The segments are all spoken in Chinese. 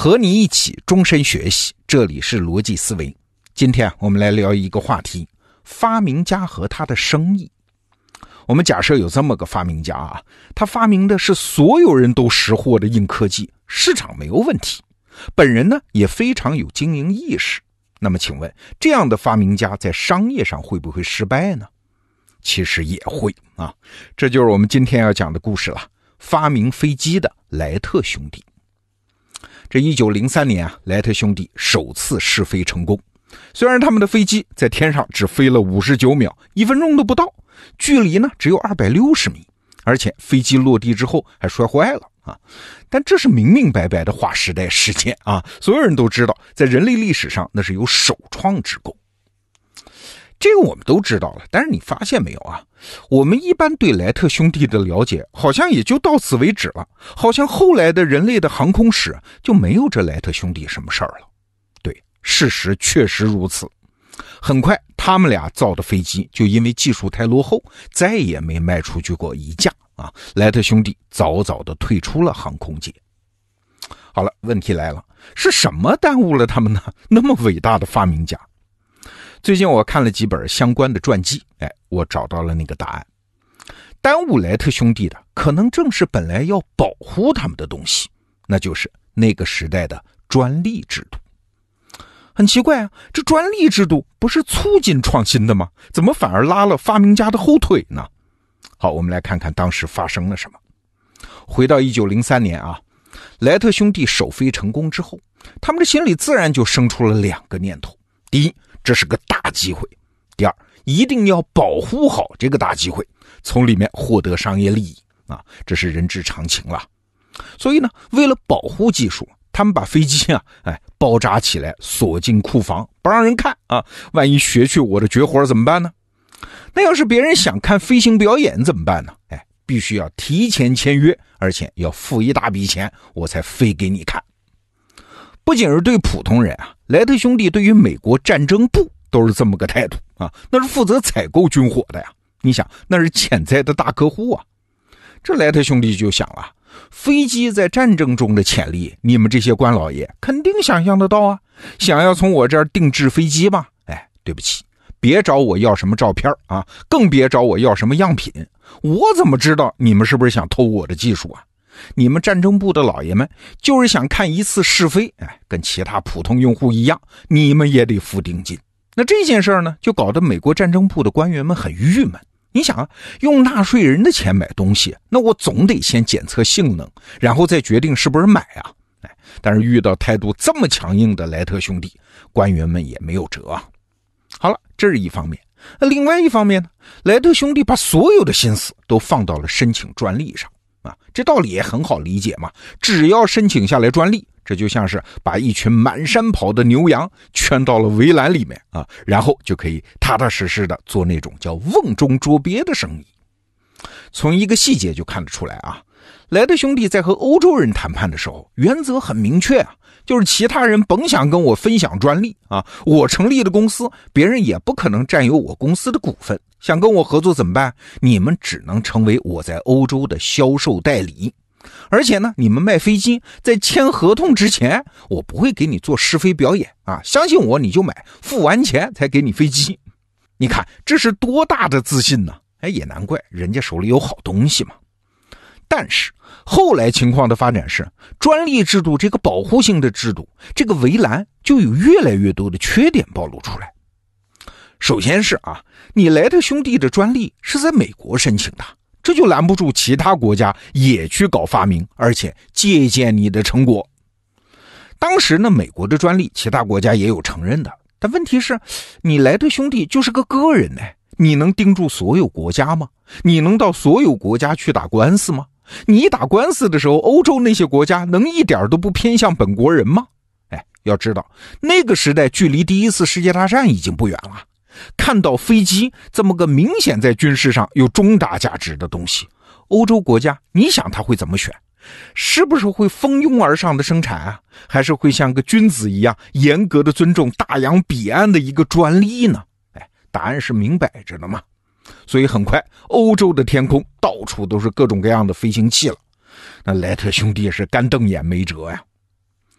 和你一起终身学习，这里是逻辑思维。今天我们来聊一个话题，发明家和他的生意。我们假设有这么个发明家啊，他发明的是所有人都识货的硬科技，市场没有问题，本人呢也非常有经营意识。那么请问，这样的发明家在商业上会不会失败呢？其实也会啊，这就是我们今天要讲的故事了。发明飞机的莱特兄弟。这1903年啊，莱特兄弟首次试飞成功。虽然他们的飞机在天上只飞了59秒，1分钟都不到，距离呢只有260米，而且飞机落地之后还摔坏了啊。但这是明明白白的划时代事件啊，所有人都知道，在人类历史上那是有首创之功。这个我们都知道了，但是你发现没有啊？我们一般对莱特兄弟的了解好像也就到此为止了，好像后来的人类的航空史就没有这莱特兄弟什么事儿了。对，事实确实如此。很快他们俩造的飞机就因为技术太落后，再也没卖出去过一架啊！莱特兄弟早早的退出了航空界。好了，问题来了，是什么耽误了他们呢？那么伟大的发明家。最近我看了几本相关的传记，我找到了那个答案。耽误莱特兄弟的可能正是本来要保护他们的东西，那就是那个时代的专利制度。很奇怪啊，这专利制度不是促进创新的吗？怎么反而拉了发明家的后腿呢？好，我们来看看当时发生了什么。回到1903年啊，莱特兄弟首飞成功之后，他们的心里自然就生出了2个念头。第一，这是个大机会；第二，一定要保护好这个大机会，从里面获得商业利益啊，这是人之常情了。所以呢，为了保护技术，他们把飞机啊，包扎起来，锁进库房，不让人看啊。万一学去我的绝活怎么办呢？那要是别人想看飞行表演怎么办呢？必须要提前签约，而且要付一大笔钱，我才飞给你看。不仅是对普通人啊，莱特兄弟对于美国战争部都是这么个态度啊，那是负责采购军火的呀。你想，那是潜在的大客户啊。这莱特兄弟就想了，飞机在战争中的潜力，你们这些官老爷肯定想象得到啊。想要从我这儿定制飞机吧？对不起，别找我要什么照片啊，更别找我要什么样品。我怎么知道你们是不是想偷我的技术啊？你们战争部的老爷们就是想看一次试飞，跟其他普通用户一样，你们也得付定金。那这件事呢，就搞得美国战争部的官员们很郁闷。你想啊，用纳税人的钱买东西，那我总得先检测性能，然后再决定是不是买啊。但是遇到态度这么强硬的莱特兄弟，官员们也没有辙啊。好了，这是一方面。另外一方面呢，莱特兄弟把所有的心思都放到了申请专利上啊，这道理也很好理解嘛，只要申请下来专利，这就像是把一群满山跑的牛羊圈到了围栏里面啊，然后就可以踏踏实实的做那种叫瓮中捉鳖的生意。从一个细节就看得出来啊，莱特兄弟在和欧洲人谈判的时候，原则很明确啊，就是其他人甭想跟我分享专利啊，我成立的公司，别人也不可能占有我公司的股份。想跟我合作怎么办？你们只能成为我在欧洲的销售代理。而且呢，你们卖飞机在签合同之前，我不会给你做试飞表演啊，相信我你就买，付完钱才给你飞机。你看这是多大的自信呢？也难怪人家手里有好东西嘛。但是后来情况的发展是，专利制度这个保护性的制度，这个围栏就有越来越多的缺点暴露出来。首先是啊，你莱特兄弟的专利是在美国申请的，这就拦不住其他国家也去搞发明，而且借鉴你的成果。当时呢，美国的专利其他国家也有承认的，但问题是，你莱特兄弟就是个个人呢，你能盯住所有国家吗？你能到所有国家去打官司吗？你打官司的时候，欧洲那些国家能一点都不偏向本国人吗？要知道那个时代距离第一次世界大战已经不远了，看到飞机这么个明显在军事上有重大价值的东西，欧洲国家你想他会怎么选？是不是会蜂拥而上的生产啊？还是会像个君子一样严格的尊重大洋彼岸的一个专利呢？答案是明摆着的嘛。所以很快欧洲的天空到处都是各种各样的飞行器了，那莱特兄弟是干瞪眼没辙呀。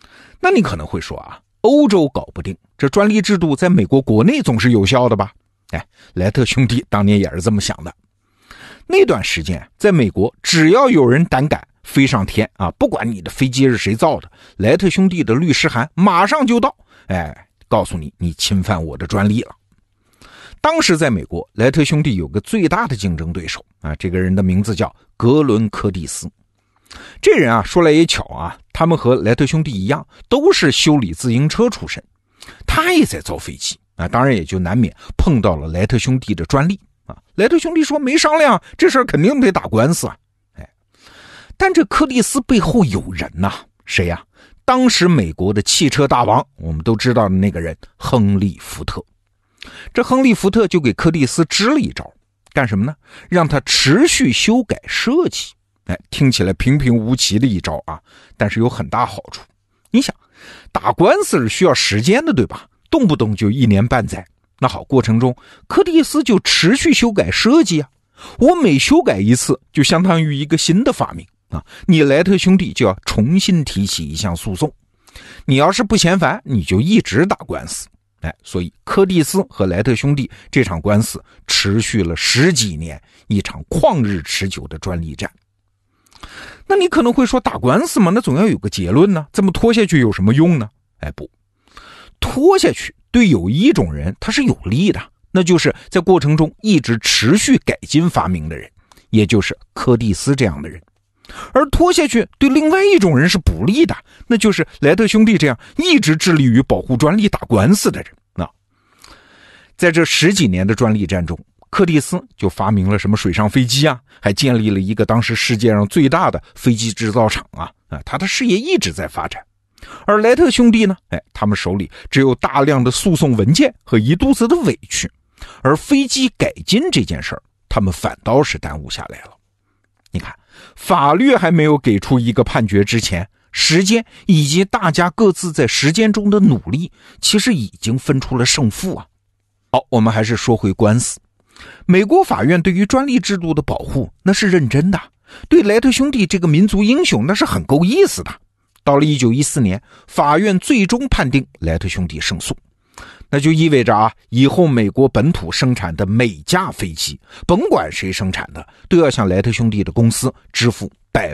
那你可能会说啊，欧洲搞不定，这专利制度在美国国内总是有效的吧？莱特兄弟当年也是这么想的。那段时间在美国，只要有人胆敢飞上天啊，不管你的飞机是谁造的，莱特兄弟的律师函马上就到，告诉你你侵犯我的专利了。当时在美国，莱特兄弟有个最大的竞争对手啊，这个人的名字叫格伦·柯蒂斯。这人啊，说来也巧啊，他们和莱特兄弟一样，都是修理自行车出身。他也在造飞机啊，当然也就难免碰到了莱特兄弟的专利啊。莱特兄弟说没商量，这事儿肯定得打官司啊。但这柯蒂斯背后有人呐，谁呀？当时美国的汽车大王，我们都知道的那个人亨利·福特。这亨利·福特就给柯蒂斯支了一招，干什么呢？让他持续修改设计。听起来平平无奇的一招啊，但是有很大好处。你想，打官司是需要时间的，对吧？动不动就1年半载。那好，过程中柯蒂斯就持续修改设计啊。我每修改一次，就相当于一个新的发明啊。你莱特兄弟就要重新提起一项诉讼。你要是不嫌烦，你就一直打官司。所以柯蒂斯和莱特兄弟这场官司持续了10几年，一场旷日持久的专利战。那你可能会说，打官司嘛，那总要有个结论呢，这么拖下去有什么用呢？不，拖下去对有一种人他是有利的，那就是在过程中一直持续改进发明的人，也就是柯蒂斯这样的人。而拖下去对另外一种人是不利的，那就是莱特兄弟这样一直致力于保护专利打官司的人。在这10几年的专利战中，柯蒂斯就发明了什么水上飞机啊，还建立了一个当时世界上最大的飞机制造厂啊，他的事业一直在发展。而莱特兄弟呢，他们手里只有大量的诉讼文件和一肚子的委屈，而飞机改进这件事儿，他们反倒是耽误下来了。你看，法律还没有给出一个判决之前，时间以及大家各自在实践中的努力，其实已经分出了胜负啊。好，我们还是说回官司。美国法院对于专利制度的保护那是认真的，对莱特兄弟这个民族英雄那是很够意思的。到了1914年，法院最终判定莱特兄弟胜诉，那就意味着啊，以后美国本土生产的每架飞机，甭管谁生产的，都要向莱特兄弟的公司支付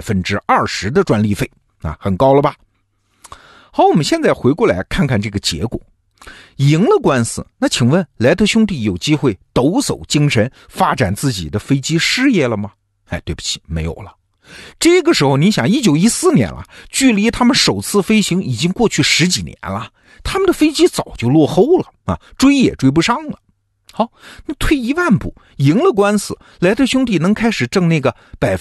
20%的专利费啊，很高了吧？好，我们现在回过来看看这个结果。赢了官司，那请问莱特兄弟有机会抖擞精神发展自己的飞机事业了吗？对不起，没有了。这个时候你想1914年了，距离他们首次飞行已经过去10几年了，他们的飞机早就落后了啊，追也追不上了。好，那退一万步，赢了官司，莱特兄弟能开始挣那个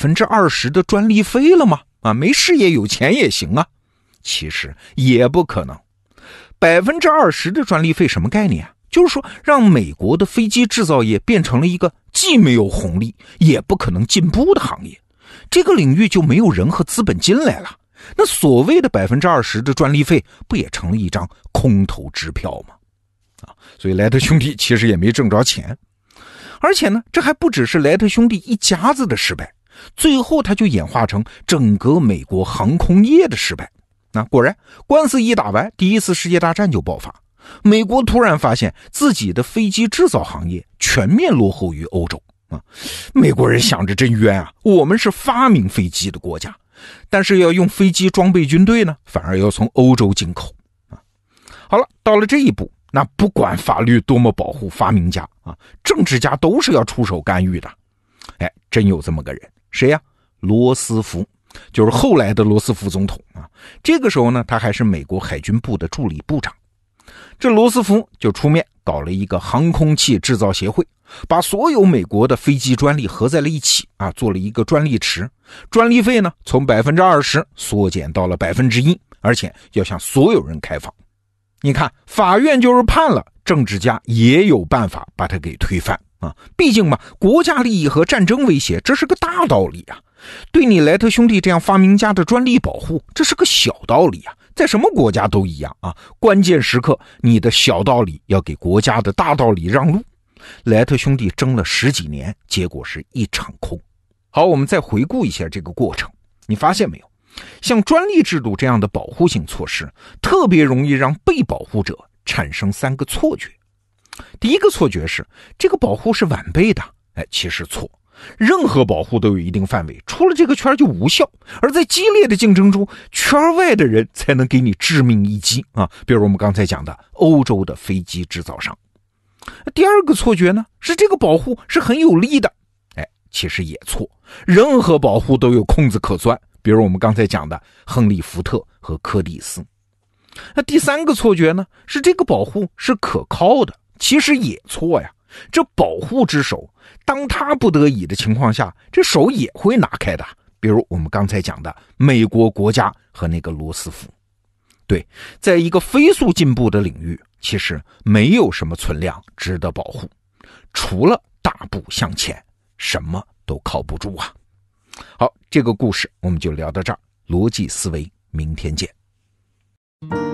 20%的专利费了吗？没事业有钱也行啊。其实也不可能。20%的专利费什么概念啊？就是说让美国的飞机制造业变成了一个既没有红利也不可能进步的行业，这个领域就没有人和资本进来了，那所谓的20%的专利费不也成了一张空头支票吗？所以莱特兄弟其实也没挣着钱。而且呢，这还不只是莱特兄弟一家子的失败，最后他就演化成整个美国航空业的失败。那果然官司一打完，第一次世界大战就爆发，美国突然发现自己的飞机制造行业全面落后于欧洲啊！美国人想着真冤啊，我们是发明飞机的国家，但是要用飞机装备军队呢，反而要从欧洲进口啊！好了，到了这一步，那不管法律多么保护发明家啊，政治家都是要出手干预的。真有这么个人，谁呀？罗斯福。就是后来的罗斯福总统啊，这个时候呢，他还是美国海军部的助理部长。这罗斯福就出面搞了一个航空器制造协会，把所有美国的飞机专利合在了一起啊，做了一个专利池，专利费呢从20%缩减到了1%，而且要向所有人开放。你看，法院就是判了，政治家也有办法把它给推翻啊，毕竟嘛，国家利益和战争威胁，这是个大道理啊。对你莱特兄弟这样发明家的专利保护，这是个小道理啊，在什么国家都一样啊。关键时刻，你的小道理要给国家的大道理让路。莱特兄弟争了10几年，结果是一场空。好，我们再回顾一下这个过程，你发现没有？ 像专利制度这样的保护性措施，特别容易让被保护者产生3个错觉。第一个错觉是这个保护是完备的，其实错。任何保护都有一定范围，出了这个圈就无效，而在激烈的竞争中，圈外的人才能给你致命一击啊！比如我们刚才讲的欧洲的飞机制造商。第二个错觉呢，是这个保护是很有利的，其实也错，任何保护都有空子可钻，比如我们刚才讲的亨利·福特和柯蒂斯。那第三个错觉呢，是这个保护是可靠的，其实也错呀。这保护之手，当他不得已的情况下，这手也会拿开的。比如我们刚才讲的美国国家和那个罗斯福。对，在一个飞速进步的领域，其实没有什么存量值得保护，除了大步向前，什么都靠不住啊。好，这个故事我们就聊到这儿，逻辑思维，明天见。